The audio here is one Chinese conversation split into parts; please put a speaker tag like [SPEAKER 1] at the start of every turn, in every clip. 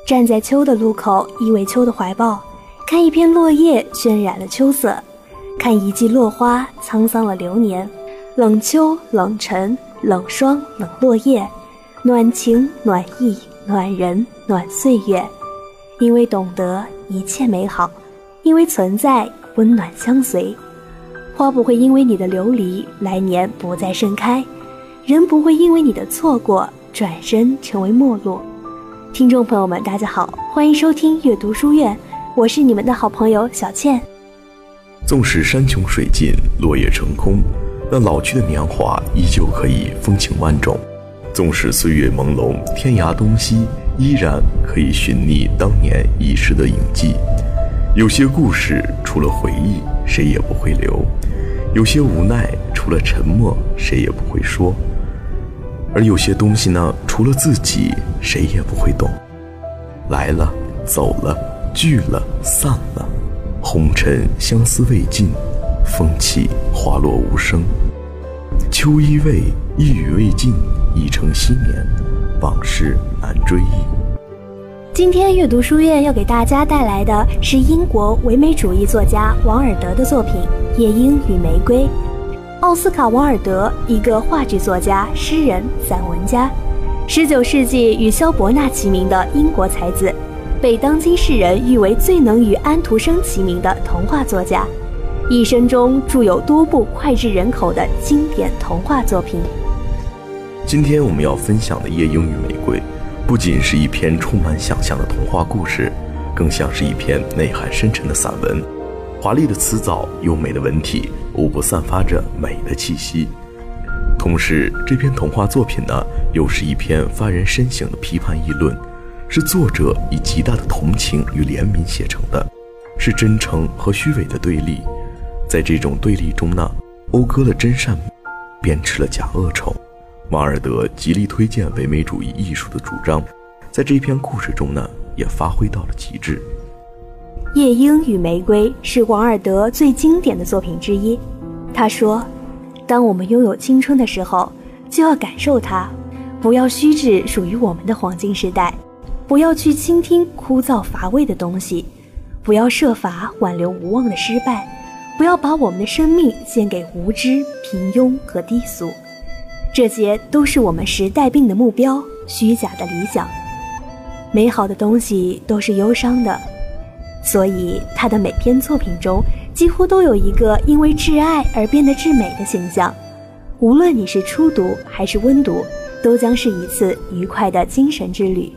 [SPEAKER 1] 站在秋的路口，依偎秋的怀抱，看一片落叶渲染了秋色，看一季落花沧桑了流年。冷秋冷晨，冷霜冷落叶，暖情暖意暖人暖岁月。因为懂得一切美好，因为存在温暖相随。花不会因为你的流离来年不再盛开，人不会因为你的错过转身成为陌路。听众朋友们大家好，欢迎收听阅读书院，我是你们的好朋友小倩。
[SPEAKER 2] 纵使山穷水尽，落叶成空，那老去的年华依旧可以风情万种。纵使岁月朦胧，天涯东西，依然可以寻觅当年遗失的影迹。有些故事除了回忆谁也不会留，有些无奈除了沉默谁也不会说，而有些东西呢，除了自己谁也不会懂。来了走了，聚了散了，红尘相思未尽，风起花落无声。秋衣未，一语未尽，已成昔年，往事难追忆。
[SPEAKER 1] 今天阅读书院要给大家带来的是英国唯美主义作家王尔德的作品《夜莺与玫瑰》。奥斯卡·王尔德，一个话剧作家、诗人、散文家，19世纪与萧伯纳齐名的英国才子，被当今世人誉为最能与安徒生齐名的童话作家，一生中著有多部脍炙人口的经典童话作品。
[SPEAKER 2] 今天我们要分享的《夜莺与玫瑰》不仅是一篇充满想象的童话故事，更像是一篇内涵深沉的散文。华丽的词藻，优美的文体，无不散发着美的气息。同时，这篇童话作品呢，又是一篇发人深省的批判议论，是作者以极大的同情与怜悯写成的，是真诚和虚伪的对立。在这种对立中呢，讴歌了真善美，鞭笞了假恶丑。王尔德极力推荐唯美主义艺术的主张，在这篇故事中呢，也发挥到了极致。
[SPEAKER 1] 《夜莺与玫瑰》是王尔德最经典的作品之一。他说，当我们拥有青春的时候，就要感受它，不要虚掷属于我们的黄金时代，不要去倾听枯燥乏味的东西，不要设法挽留无望的失败，不要把我们的生命献给无知、平庸和低俗。这些都是我们时代病的目标，虚假的理想。美好的东西都是忧伤的，所以他的每篇作品中几乎都有一个因为挚爱而变得至美的形象。无论你是初读还是温读，都将是一次愉快的精神之旅。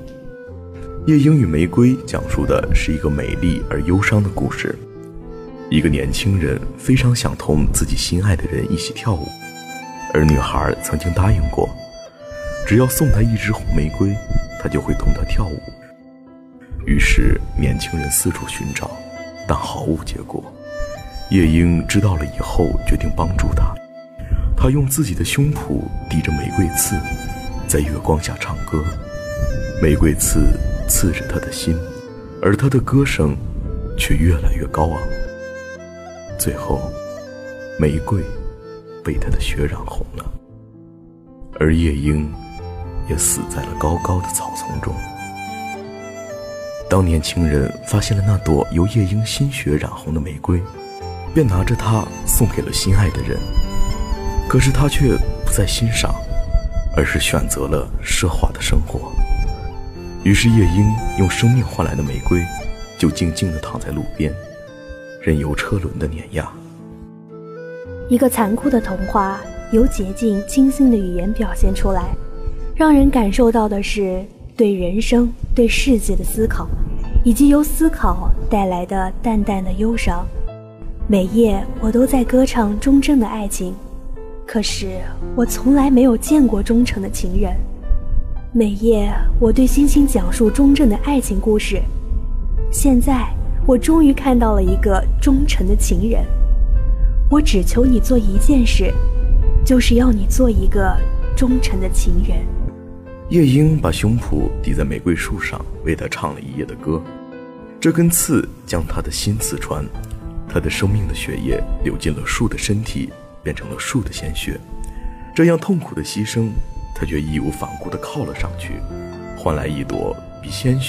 [SPEAKER 2] 《夜莺与玫瑰》讲述的是一个美丽而忧伤的故事。一个年轻人非常想同自己心爱的人一起跳舞，而女孩曾经答应过，只要送她一支红玫瑰，她就会同她跳舞。于是年轻人四处寻找，但毫无结果。夜莺知道了以后，决定帮助她。她用自己的胸脯抵着玫瑰刺，在月光下唱歌。玫瑰刺刺着她的心，而她的歌声却越来越高昂。最后，玫瑰被他的血染红了，而夜莺也死在了高高的草丛中。当年轻人发现了那朵由夜莺心血染红的玫瑰，便拿着它送给了心爱的人。可是他却不再欣赏，而是选择了奢华的生活。于是夜莺用生命换来的玫瑰，就静静地躺在路边，任由车轮的碾压。
[SPEAKER 1] 一个残酷的童话，由洁净清新的语言表现出来，让人感受到的是对人生、对世界的思考，以及由思考带来的淡淡的忧伤。每夜我都在歌唱忠贞的爱情，可是我从来没有见过忠诚的情人。每夜我对星星讲述忠贞的爱情故事，现在我终于看到了一个忠诚的情人。我只求你做一件事，就是要你做一个忠诚的情人。
[SPEAKER 2] 夜莺把胸脯抵在玫瑰树上，为他唱了一夜的歌。这根刺将他的心刺穿，他的生命的血液流进了树的身体，变成了树的鲜血。这样痛苦的牺牲，他却义无反顾地靠了上去，换来一朵比鲜血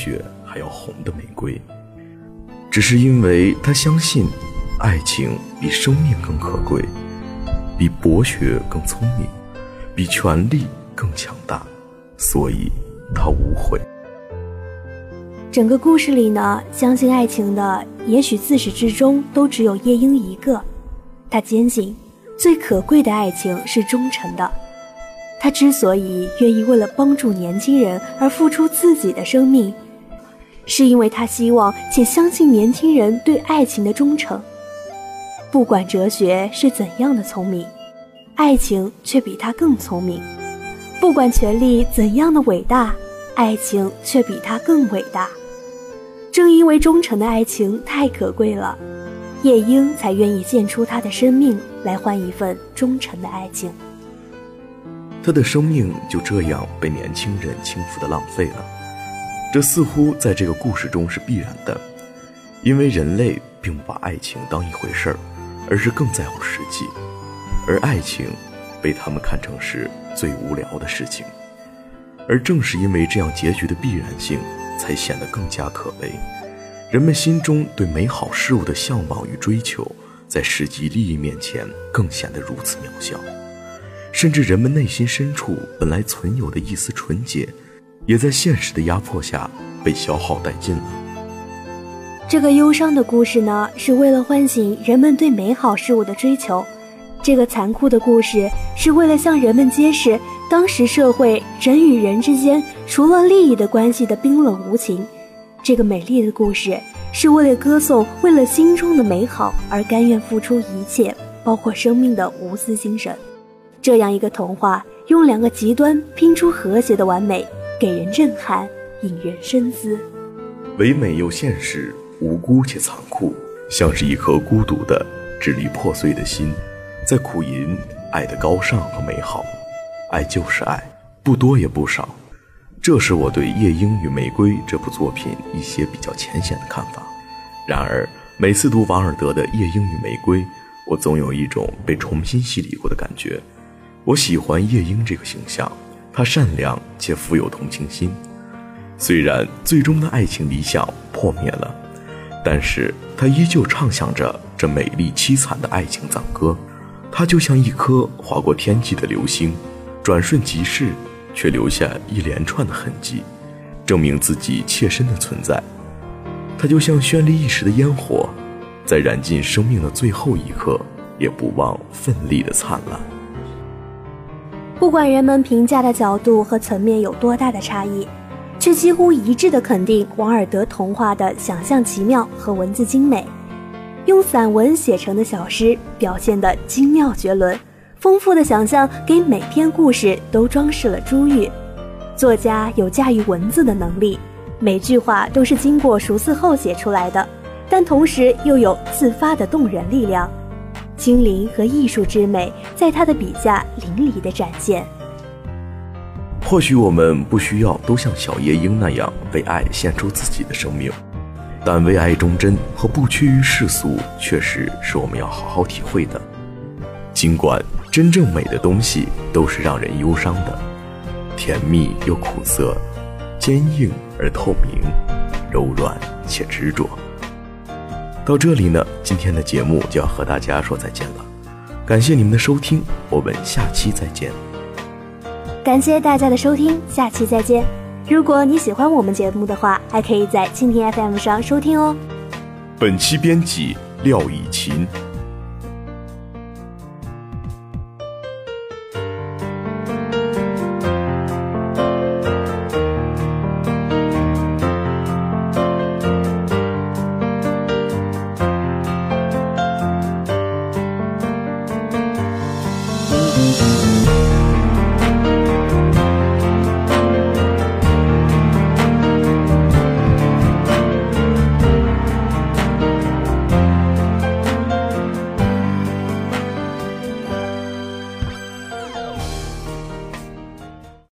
[SPEAKER 2] 还要红的玫瑰，只是因为他相信爱情比生命更可贵，比博学更聪明，比权力更强大，所以他无悔。
[SPEAKER 1] 整个故事里呢，相信爱情的也许自始至终都只有夜莺一个。他坚信最可贵的爱情是忠诚的。他之所以愿意为了帮助年轻人而付出自己的生命，是因为他希望且相信年轻人对爱情的忠诚。不管哲学是怎样的聪明，爱情却比他更聪明；不管权力怎样的伟大，爱情却比他更伟大。正因为忠诚的爱情太可贵了，夜莺才愿意献出他的生命来换一份忠诚的爱情。
[SPEAKER 2] 他的生命就这样被年轻人轻浮地浪费了，这似乎在这个故事中是必然的，因为人类并不把爱情当一回事儿，而是更在乎实际，而爱情被他们看成是最无聊的事情。而正是因为这样结局的必然性，才显得更加可悲。人们心中对美好事物的向往与追求，在实际利益面前更显得如此渺小，甚至人们内心深处本来存有的一丝纯洁，也在现实的压迫下被消耗殆尽了。
[SPEAKER 1] 这个忧伤的故事呢，是为了唤醒人们对美好事物的追求。这个残酷的故事是为了向人们揭示当时社会人与人之间除了利益的关系的冰冷无情。这个美丽的故事是为了歌颂为了心中的美好而甘愿付出一切，包括生命的无私精神。这样一个童话，用两个极端拼出和谐的完美，给人震撼，引人深思。
[SPEAKER 2] 唯美又现实，无辜且残酷，像是一颗孤独的支离破碎的心，在苦吟爱的高尚和美好。爱就是爱，不多也不少。这是我对《夜莺与玫瑰》这部作品一些比较浅显的看法。然而每次读王尔德的《夜莺与玫瑰》，我总有一种被重新洗礼过的感觉。我喜欢夜莺这个形象，她善良且富有同情心。虽然最终的爱情理想破灭了，但是她依旧唱响着这美丽凄惨的爱情赞歌。她就像一颗划过天际的流星，转瞬即逝，却留下一连串的痕迹，证明自己切身的存在。它就像绚丽一时的烟火，在燃尽生命的最后一刻，也不忘奋力的灿烂。
[SPEAKER 1] 不管人们评价的角度和层面有多大的差异，却几乎一致地肯定王尔德童话的想象奇妙和文字精美。用散文写成的小诗表现得精妙绝伦，丰富的想象给每篇故事都装饰了珠玉。作家有驾驭文字的能力，每句话都是经过熟思后写出来的，但同时又有自发的动人力量。精灵和艺术之美在他的笔下淋漓地展现。
[SPEAKER 2] 或许我们不需要都像小夜莺那样为爱献出自己的生命，但为爱忠贞和不屈于世俗确实是我们要好好体会的。尽管真正美的东西都是让人忧伤的，甜蜜又苦涩，坚硬而透明，柔软且执着。到这里呢，今天的节目就要和大家说再见了，感谢你们的收听，我们下期再见。
[SPEAKER 1] 感谢大家的收听，下期再见。如果你喜欢我们节目的话，还可以在蜻蜓 FM 上收听哦。
[SPEAKER 2] 本期编辑廖以琴。